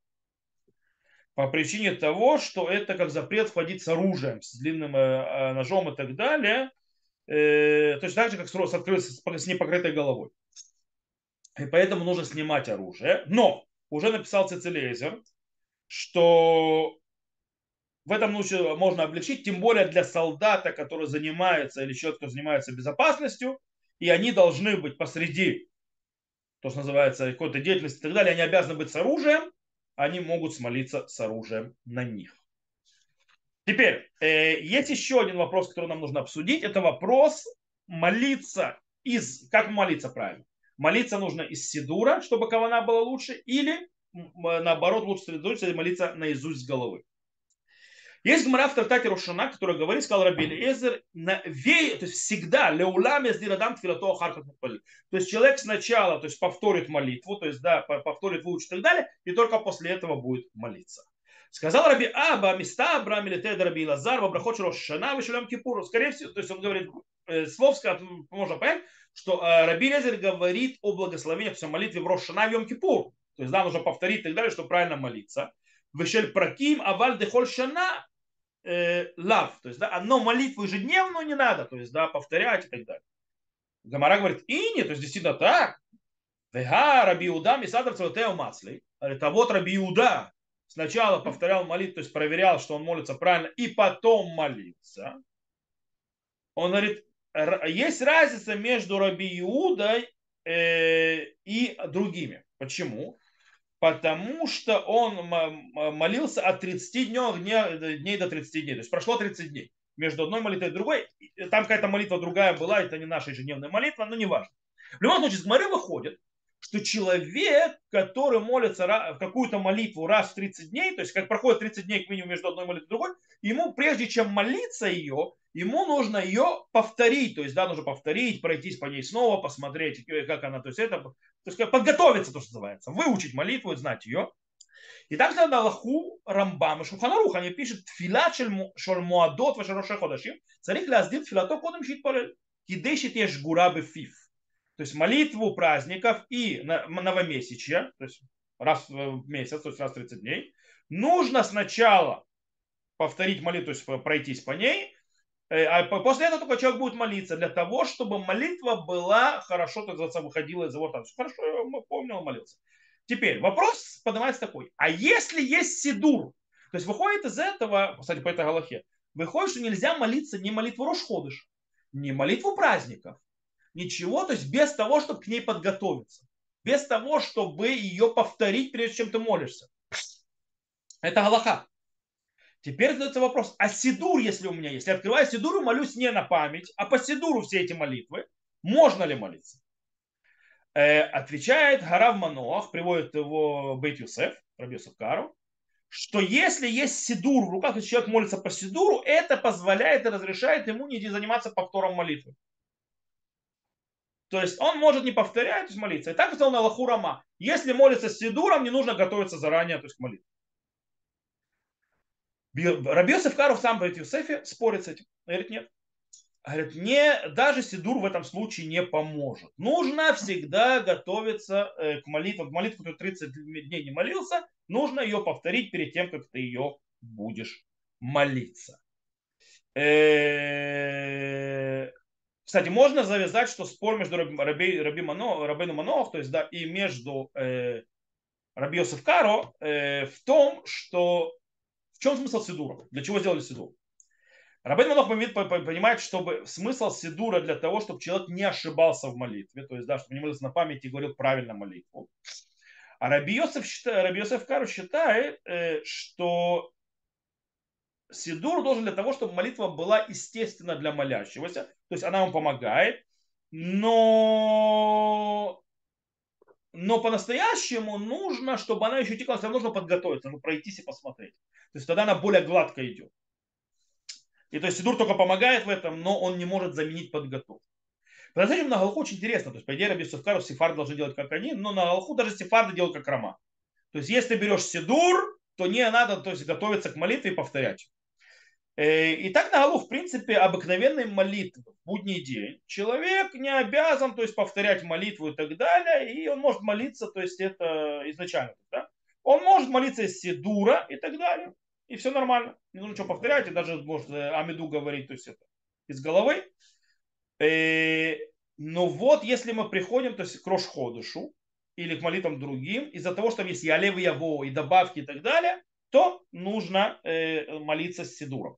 По причине того, что это как запрет входить с оружием, с длинным ножом и так далее. Точно так же, как с непокрытой головой. И поэтому нужно снимать оружие. Но уже написал Цицелезер, что в этом можно облегчить, тем более для солдата, который занимается, или человек, кто занимается безопасностью, и они должны быть посреди, то, что называется, какой-то деятельности и так далее, они обязаны быть с оружием, они могут смолиться с оружием на них. Теперь, есть еще один вопрос, который нам нужно обсудить. Это вопрос молиться как молиться правильно? Молиться нужно из сидура, чтобы кавана была лучше, или наоборот лучше молиться наизусть с головы. Есть гмара в Трактате Рошана, который говорит, сказал Раби Элиэзер, то есть всегда, леулам яздирадам тфилато ахаркат мутпалит. То есть человек сначала, то есть повторит молитву, то есть да, повторит, выучит и так далее, и только после этого будет молиться. Сказал Раби Аба, места Абрам или Тед Раби Лазар, в Абрахот Рошана, Вишелем Кипуру. Скорее всего, то есть он говорит, словско можно понять, что Раби Элиэзер говорит о благословении, то есть о молитве в Рошана в Йом Кипур. То есть да, нужно повторить и так далее, чтобы правильно молиться. Вишель Праким, Аваль Дехоль Шана, лав, то есть, да, одно молитву ежедневную не надо, то есть, да, повторять и так далее. Гамара говорит, и не, то есть, действительно так. Вега Раби Иуда Мисадов Цватео Мацли. Говорит, а вот Раби Иуда сначала повторял молитву, то есть, проверял, что он молится правильно, и потом молился. Он говорит, есть разница между Раби Иудой и другими. Почему? Потому что он молился от 30 дней до 30 дней. То есть прошло 30 дней между одной молитвой и другой. Там какая-то молитва другая была, это не наша ежедневная молитва, но не важно. В любом случае, с Гмары выходит, что человек, который молится в какую-то молитву раз в 30 дней, то есть как проходит 30 дней к минимуму между одной молитвой и другой, ему прежде чем молиться ее, ему нужно ее повторить, то есть да, нужно повторить, пройтись по ней снова, посмотреть, как она, то есть это, то есть подготовиться, то, что называется, выучить молитву и знать ее. И там на Аллаху Рамбам и Шулхан Арух, они пишут тфилат шель муадот ва шероше ходашим, царих ляздил тфилато кодом щит парель, кидешит еш гура бефиф. То есть молитву праздников и новомесячья, то есть раз в месяц, то есть раз в 30 дней, нужно сначала повторить молитву, то есть пройтись по ней, а после этого только человек будет молиться для того, чтобы молитва была хорошо, так сказать, выходила из его там. Хорошо, я помнил, молился. Теперь вопрос поднимается такой. А если есть сидур? То есть выходит из этого, кстати, по этой галахе, выходит, что нельзя молиться не молитву Рош-Ходыш, не молитву праздников, ничего, то есть без того, чтобы к ней подготовиться. Без того, чтобы ее повторить, прежде чем ты молишься. Это галаха. Теперь задается вопрос, а сидур, если у меня есть? Если я открываю сидур и молюсь не на память, а по сидуру все эти молитвы, можно ли молиться? Отвечает Гарав Маноах, приводит его Бейт Юсеф, Раби Йосеф Кару, что если есть сидур в руках, если человек молится по сидуру, это позволяет и разрешает ему не заниматься повтором молитвы. То есть он может не повторять, то есть молиться. И так сказал на Аллаху Рама. Если молится с сидуром, не нужно готовиться заранее, то есть к молитве. Раби Йосеф Кару сам в Бейт Юсефе спорит с этим. Говорит, нет. Говорит, не, даже сидур в этом случае не поможет. Нужно всегда готовиться к молитве. Молитву, которую 30 дней не молился, нужно ее повторить перед тем, как ты ее будешь молиться. Кстати, можно завязать, что спор между Рабейну Манох, то есть да, и между Раби Йосеф Каро в том, что в чем смысл сидура? Для чего сделали сидур? Рабейн Манох понимает, чтобы смысл сидура для того, чтобы человек не ошибался в молитве, то есть, да, чтобы не молился на память и говорил правильно молитву. А Раби Йосеф Кару считает, что сидур должен для того, чтобы молитва была естественна для молящегося, то есть она ему помогает, но по-настоящему нужно, чтобы она еще текла, все равно нужно подготовиться, нужно пройтись и посмотреть. То есть тогда она более гладко идет. И то есть сидур только помогает в этом, но он не может заменить подготовку. По-настоящему на Галаху очень интересно. То есть, по идее, Раби Сухаров сефарды должны делать как они, но на Галаху даже сефарды делают как Рама. То есть, если ты берешь сидур, то не надо, то есть, готовиться к молитве и повторять. И так на Галаху, в принципе, обыкновенной молитвы в будний день. Человек не обязан, то есть, повторять молитву и так далее, и он может молиться, то есть, это изначально. Да? Он может молиться из сидура и так далее. И все нормально. Не нужно ничего повторять, и даже может Амиду говорить, то есть, это из головы. Но вот если мы приходим, то есть к Рош-Ходышу или к молитвам другим, из-за того, что там есть Ялев и Яво и добавки и так далее, то нужно молиться с Сидуром.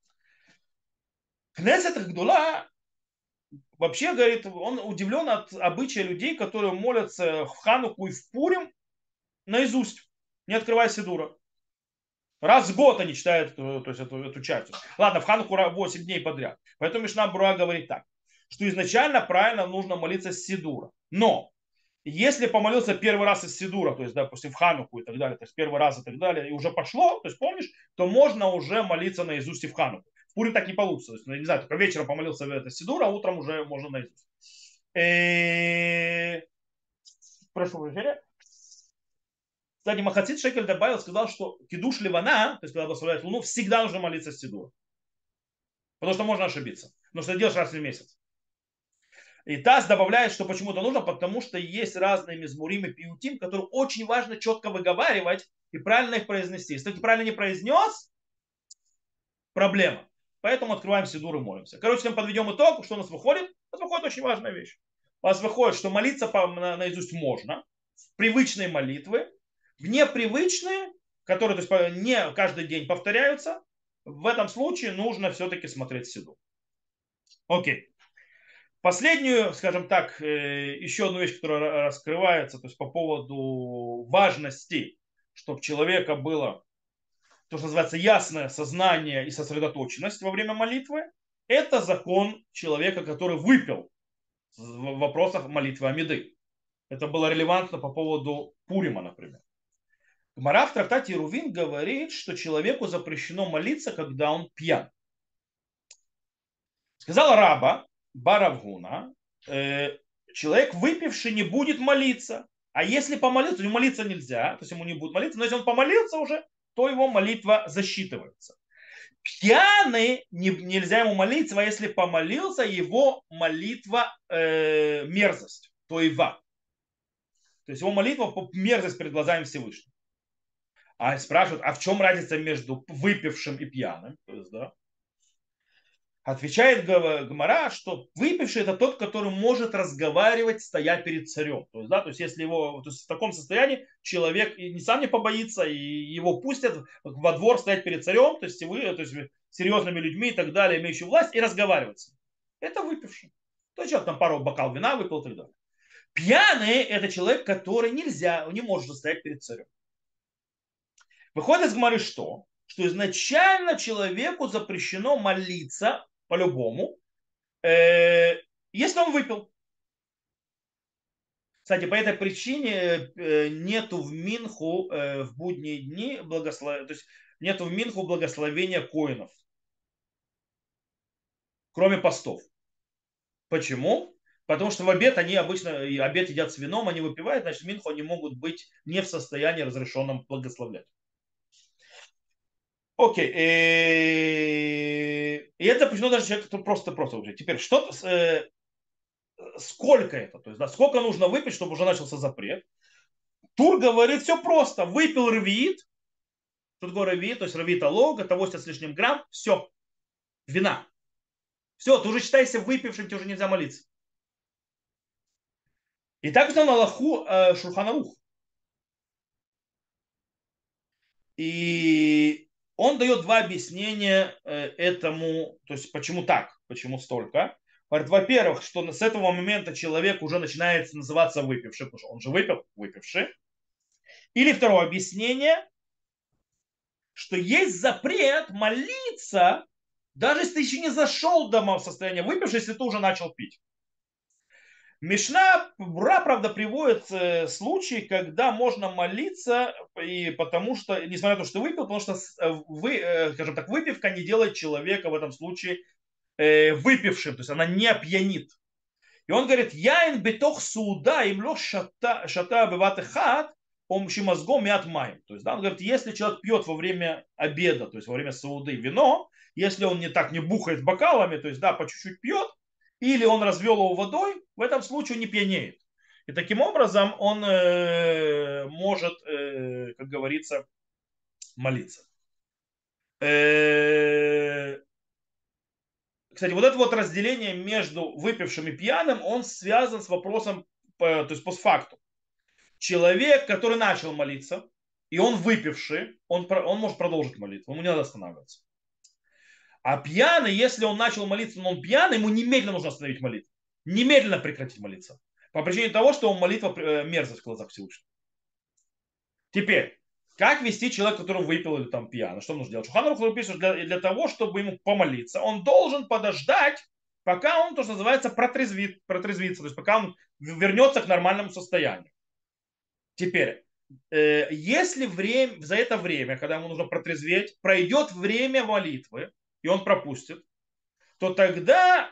Кнесет Гдула вообще, говорит, он удивлен от обычая людей, которые молятся в Хануку и в Пурим наизусть, не открывая Сидура. Раз в год они читают то есть, эту часть. Ладно, в Хануку 8 дней подряд. Поэтому Мишна Бруа говорит так, что изначально правильно нужно молиться с Сидура. Но если помолился первый раз из Сидура, то есть, допустим, в Хануку и так далее, то есть первый раз и так далее, и уже пошло, то есть помнишь, то можно уже молиться наизусть и в Хануку. В Пурим так не получится. То есть, ну, я не знаю, только вечером помолился в это Сидура, а утром уже можно наизусть. Прошу прощения. Кстати, Махацит Шекель добавил, сказал, что кидуш ливана, то есть когда благословляет луну, всегда нужно молиться с Сидура. Потому что можно ошибиться. Потому что это делаешь раз в месяц. И Таз добавляет, что почему-то нужно, потому что есть разные мизмурим и пиутим, которые очень важно четко выговаривать и правильно их произнести. Если ты правильно не произнес, проблема. Поэтому открываем Сидур и молимся. Короче, всем подведем итог, что у нас выходит. У нас выходит очень важная вещь. У нас выходит, что молиться наизусть можно, привычные молитвы, в непривычные, которые то есть, не каждый день повторяются, в этом случае нужно все-таки смотреть Сидур. Окей. Последнюю, скажем так, еще одну вещь, которая раскрывается, то есть по поводу важности, чтобы у человека было то, что называется ясное сознание и сосредоточенность во время молитвы, это закон человека, который выпил в вопросах молитвы Амиды. Это было релевантно по поводу Пурима, например. Гмара в трактате Рувин говорит, что человеку запрещено молиться, когда он пьян. Сказал Раба Баравгуна, человек выпивший не будет молиться, А если помолиться, ему молиться нельзя, то есть ему не будет молиться, но если он помолился уже, то его молитва засчитывается. Пьяный нельзя ему молиться, а если помолился, его молитва мерзость, то ива. То есть его молитва мерзость перед глазами Всевышнего. А спрашивают, а в чем разница между выпившим и пьяным? То есть, да, отвечает Гмара, что выпивший это тот, который может разговаривать, стоя перед царем. То есть, да, то есть если его то есть в таком состоянии человек и сам не побоится, и его пустят во двор стоять перед царем, то есть, то есть серьезными людьми и так далее, имеющими власть, и разговаривать с ним. Это выпивший. То есть человек там пару бокал вина выпил и так далее. Пьяный это человек, который нельзя, не может стоять перед царем. Выходит из Гмары что? Что изначально человеку запрещено молиться по-любому, если он выпил. Кстати, по этой причине нету в Минху в будние дни то есть нету в Минху благословения коинов, кроме постов. Почему? Потому что в обед они обычно обед едят с вином, они выпивают, значит, в Минху они могут быть не в состоянии разрешенном благословлять. Окей. И это запрещено даже человек, который просто уже. Теперь, что сколько это? То есть, да, сколько нужно выпить, чтобы уже начался запрет? Тур говорит, все просто. Выпил рвит, что такое рвит, то есть рвит алог, это 80 с лишним грамм, все, вина. Все, ты уже считаешься выпившим, тебе уже нельзя молиться. И так узнал на Аллаху Шульхан Арух. И он дает два объяснения этому, то есть почему так, почему столько. Говорит, во-первых, что с этого момента человек уже начинает называться выпивший, потому что он же выпил, выпивший. Или второе объяснение, что есть запрет молиться, даже если ты еще не зашел до состояния выпившего, если ты уже начал пить. Мишна Бура, правда, приводит случаи, когда можно молиться, и потому что, несмотря на то, что ты выпил, потому что скажем так, выпивка не делает человека в этом случае выпившим, то есть она не опьянит. И он говорит, яин бетох суда имло шата бываты хат, помощи мозгом и отмаем. То есть, да, он говорит, если человек пьет во время обеда, то есть во время сауды вино, если он не так не бухает бокалами, то есть, да, по чуть-чуть пьет, или он развел его водой, в этом случае он не пьянеет. И таким образом он может, как говорится, молиться. Кстати, вот это вот разделение между выпившим и пьяным, он связан с вопросом, то есть постфактум. Человек, который начал молиться, и он выпивший, он может продолжить молитву, ему не надо останавливаться. А пьяный, если он начал молиться, но он пьяный, ему немедленно нужно остановить молитву. Немедленно прекратить молиться. По причине того, что он молитва мерзость в глазах Всевышнего. Теперь, как вести человека, который выпил или там пьяный? Что нужно делать? Шулхан Арух пишет, для того, чтобы ему помолиться, он должен подождать, пока он, то, что называется, протрезвится, то есть пока он вернется к нормальному состоянию. Теперь, если за это время, когда ему нужно протрезветь, пройдет время молитвы, и он пропустит, то тогда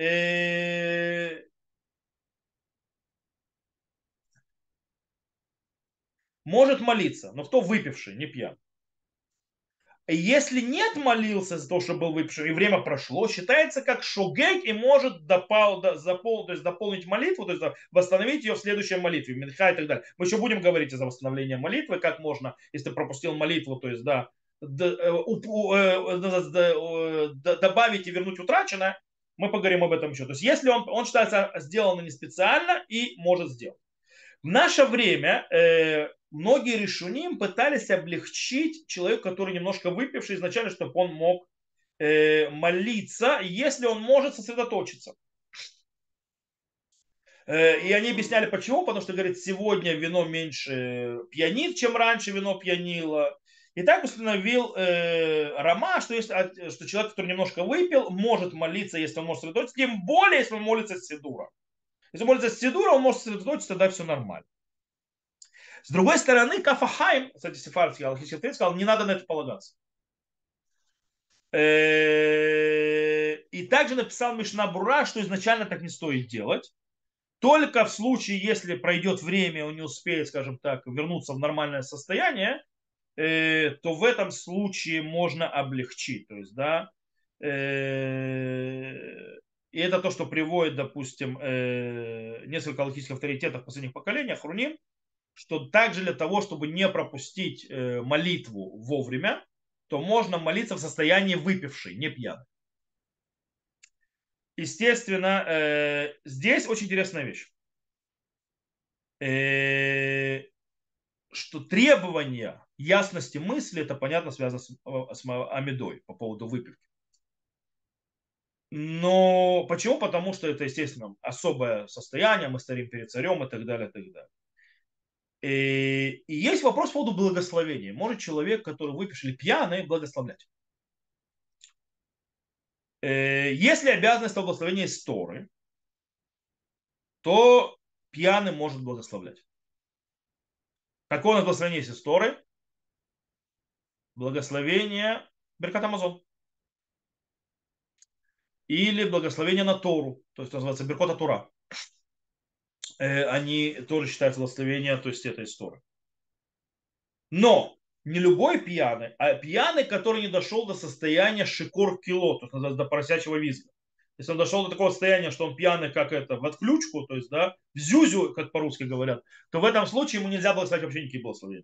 может молиться. Но кто выпивший, не пьян. Если нет молился за то, что был выпивший, и время прошло, считается как шогег и может то есть дополнить молитву, то есть восстановить ее в следующей молитве, Минха и так далее. Мы еще будем говорить за восстановление молитвы, как можно, если ты пропустил молитву, то есть да, добавить и вернуть утраченное, мы поговорим об этом еще. То есть если он считается сделано не специально и может сделать. В наше время многие решуним пытались облегчить человеку, который немножко выпивший изначально, чтобы он мог молиться, если он может сосредоточиться. И они объясняли, почему. Потому что, говорит, сегодня вино меньше пьянит, чем раньше вино пьянило. И так установил Рама, что человек, который немножко выпил, может молиться, если он может сосредоточиться, тем более, если он молится с Сидура. Если он молится с Сидура, он может сосредоточиться, тогда все нормально. С другой стороны, Кафахайм, кстати, сефардский алхимический авторитет, сказал, не надо на это полагаться. И также написал Мишна Бура, что изначально так не стоит делать. Только в случае, если пройдет время, он не успеет, скажем так, вернуться в нормальное состояние, то в этом случае можно облегчить. То есть, да, и это то, что приводит, допустим, несколько аллахических авторитетов в последних поколениях, хруним, что также для того, чтобы не пропустить молитву вовремя, то можно молиться в состоянии выпившей, не пьяной. Естественно, здесь очень интересная вещь. Э, что требование ясности мысли, это понятно, связано с амидой по поводу выпивки. Но почему? Потому что это, естественно, особое состояние, мы стоим перед царем и так далее, и так далее. И есть вопрос по поводу благословения. Может человек, который выпивший или пьяный, благословлять? Если обязанность благословения из Торы, то пьяный может благословлять. Какое у нас благословение есть из Торы? Благословение Беркат Амазон. Или благословение на Тору, то есть называется Беркота Тура. Они тоже считаются благословения, то есть это из Торы. Но не любой пьяный, а пьяный, который не дошел до состояния шикор кило, то есть до поросячьего визга. Если он дошел до такого состояния, что он пьяный, как это, в отключку, то есть, да, в зюзю, как по-русски говорят, то в этом случае ему нельзя благословить вообще никакие благословения.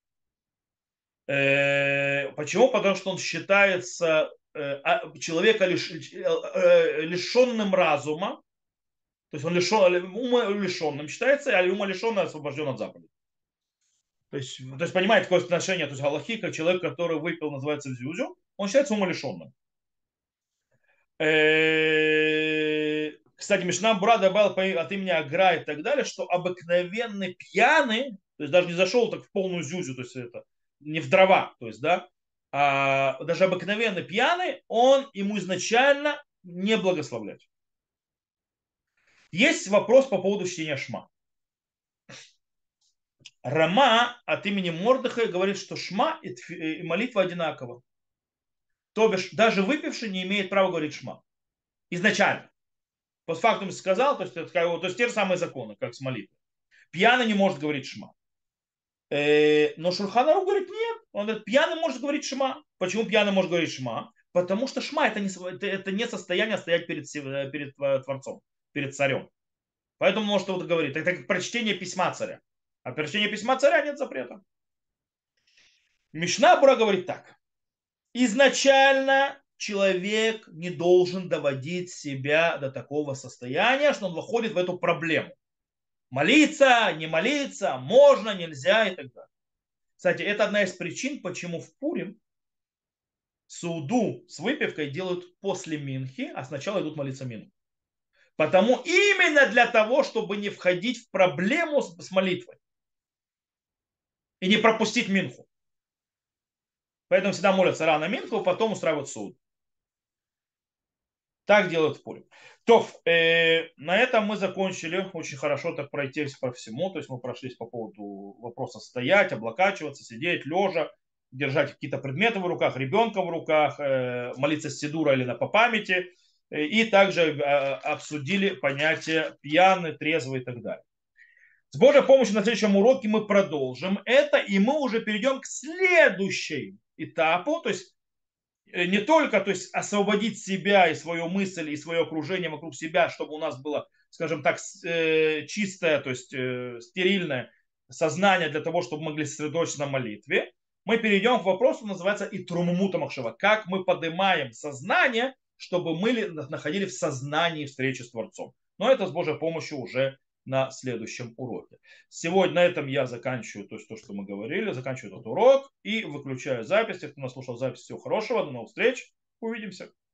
Почему? Потому что он считается человека лишенным разума, то есть он ума лишенным считается, а ума лишенный освобожден от заповедей. То есть понимаете, какое отношение, то есть галахи, как человек, который выпил, называется зюзю, он считается умалишенным. Кстати, Мишна Бура добавил от имени Агра и так далее, что обыкновенный пьяный, то есть даже не зашел так в полную зюзю, то есть это не в дрова, то есть, да, а даже обыкновенный пьяный, он ему изначально не благословлять. Есть вопрос по поводу чтения шма. Рама от имени Мордыха говорит, что шма и молитва одинакова. То бишь, даже выпивший не имеет права говорить шма. Изначально. Постфактум сказал, то есть, то есть те же самые законы, как с молитвой. Пьяный не может говорить шма. Но Шульхан Арух говорит, нет. Он говорит, пьяный может говорить шма. Почему пьяный может говорить шма? Потому что шма это не состояние стоять перед Творцом, перед царем. Поэтому может кто-то говорит. Это как прочтение письма царя. А прочтение письма царя нет запрета. Мишна Бура говорит так. Изначально человек не должен доводить себя до такого состояния, что он выходит в эту проблему. Молиться, не молиться, можно, нельзя и так далее. Кстати, это одна из причин, почему в Пурим суду с выпивкой делают после Минхи, а сначала идут молиться Минху. Потому именно для того, чтобы не входить в проблему с молитвой и не пропустить Минху. Поэтому всегда молятся рано Минху, потом устраивают суд. Так делают в Пурим. То, на этом мы закончили. Очень хорошо так пройтись по всему. То есть мы прошлись по поводу вопроса стоять, облокачиваться, сидеть, лежа, держать какие-то предметы в руках, ребенка в руках, молиться с сидура или на по памяти. И также обсудили понятие пьяный, трезвый и так далее. С Божьей помощью на следующем уроке мы продолжим это, и мы уже перейдем к следующему этапу, то есть не только, то есть освободить себя и свою мысль и свое окружение вокруг себя, чтобы у нас было, скажем так, чистое, то есть стерильное сознание для того, чтобы мы могли сосредоточиться на молитве, мы перейдем к вопросу, называется Итруммута Махшава. Как мы поднимаем сознание, чтобы мы находились в сознании встречи с Творцом. Но это с Божьей помощью уже на следующем уроке. Сегодня на этом я заканчиваю то, что мы говорили, заканчиваю этот урок и выключаю запись. Кто нас слушал запись, всего хорошего, до новых встреч, увидимся.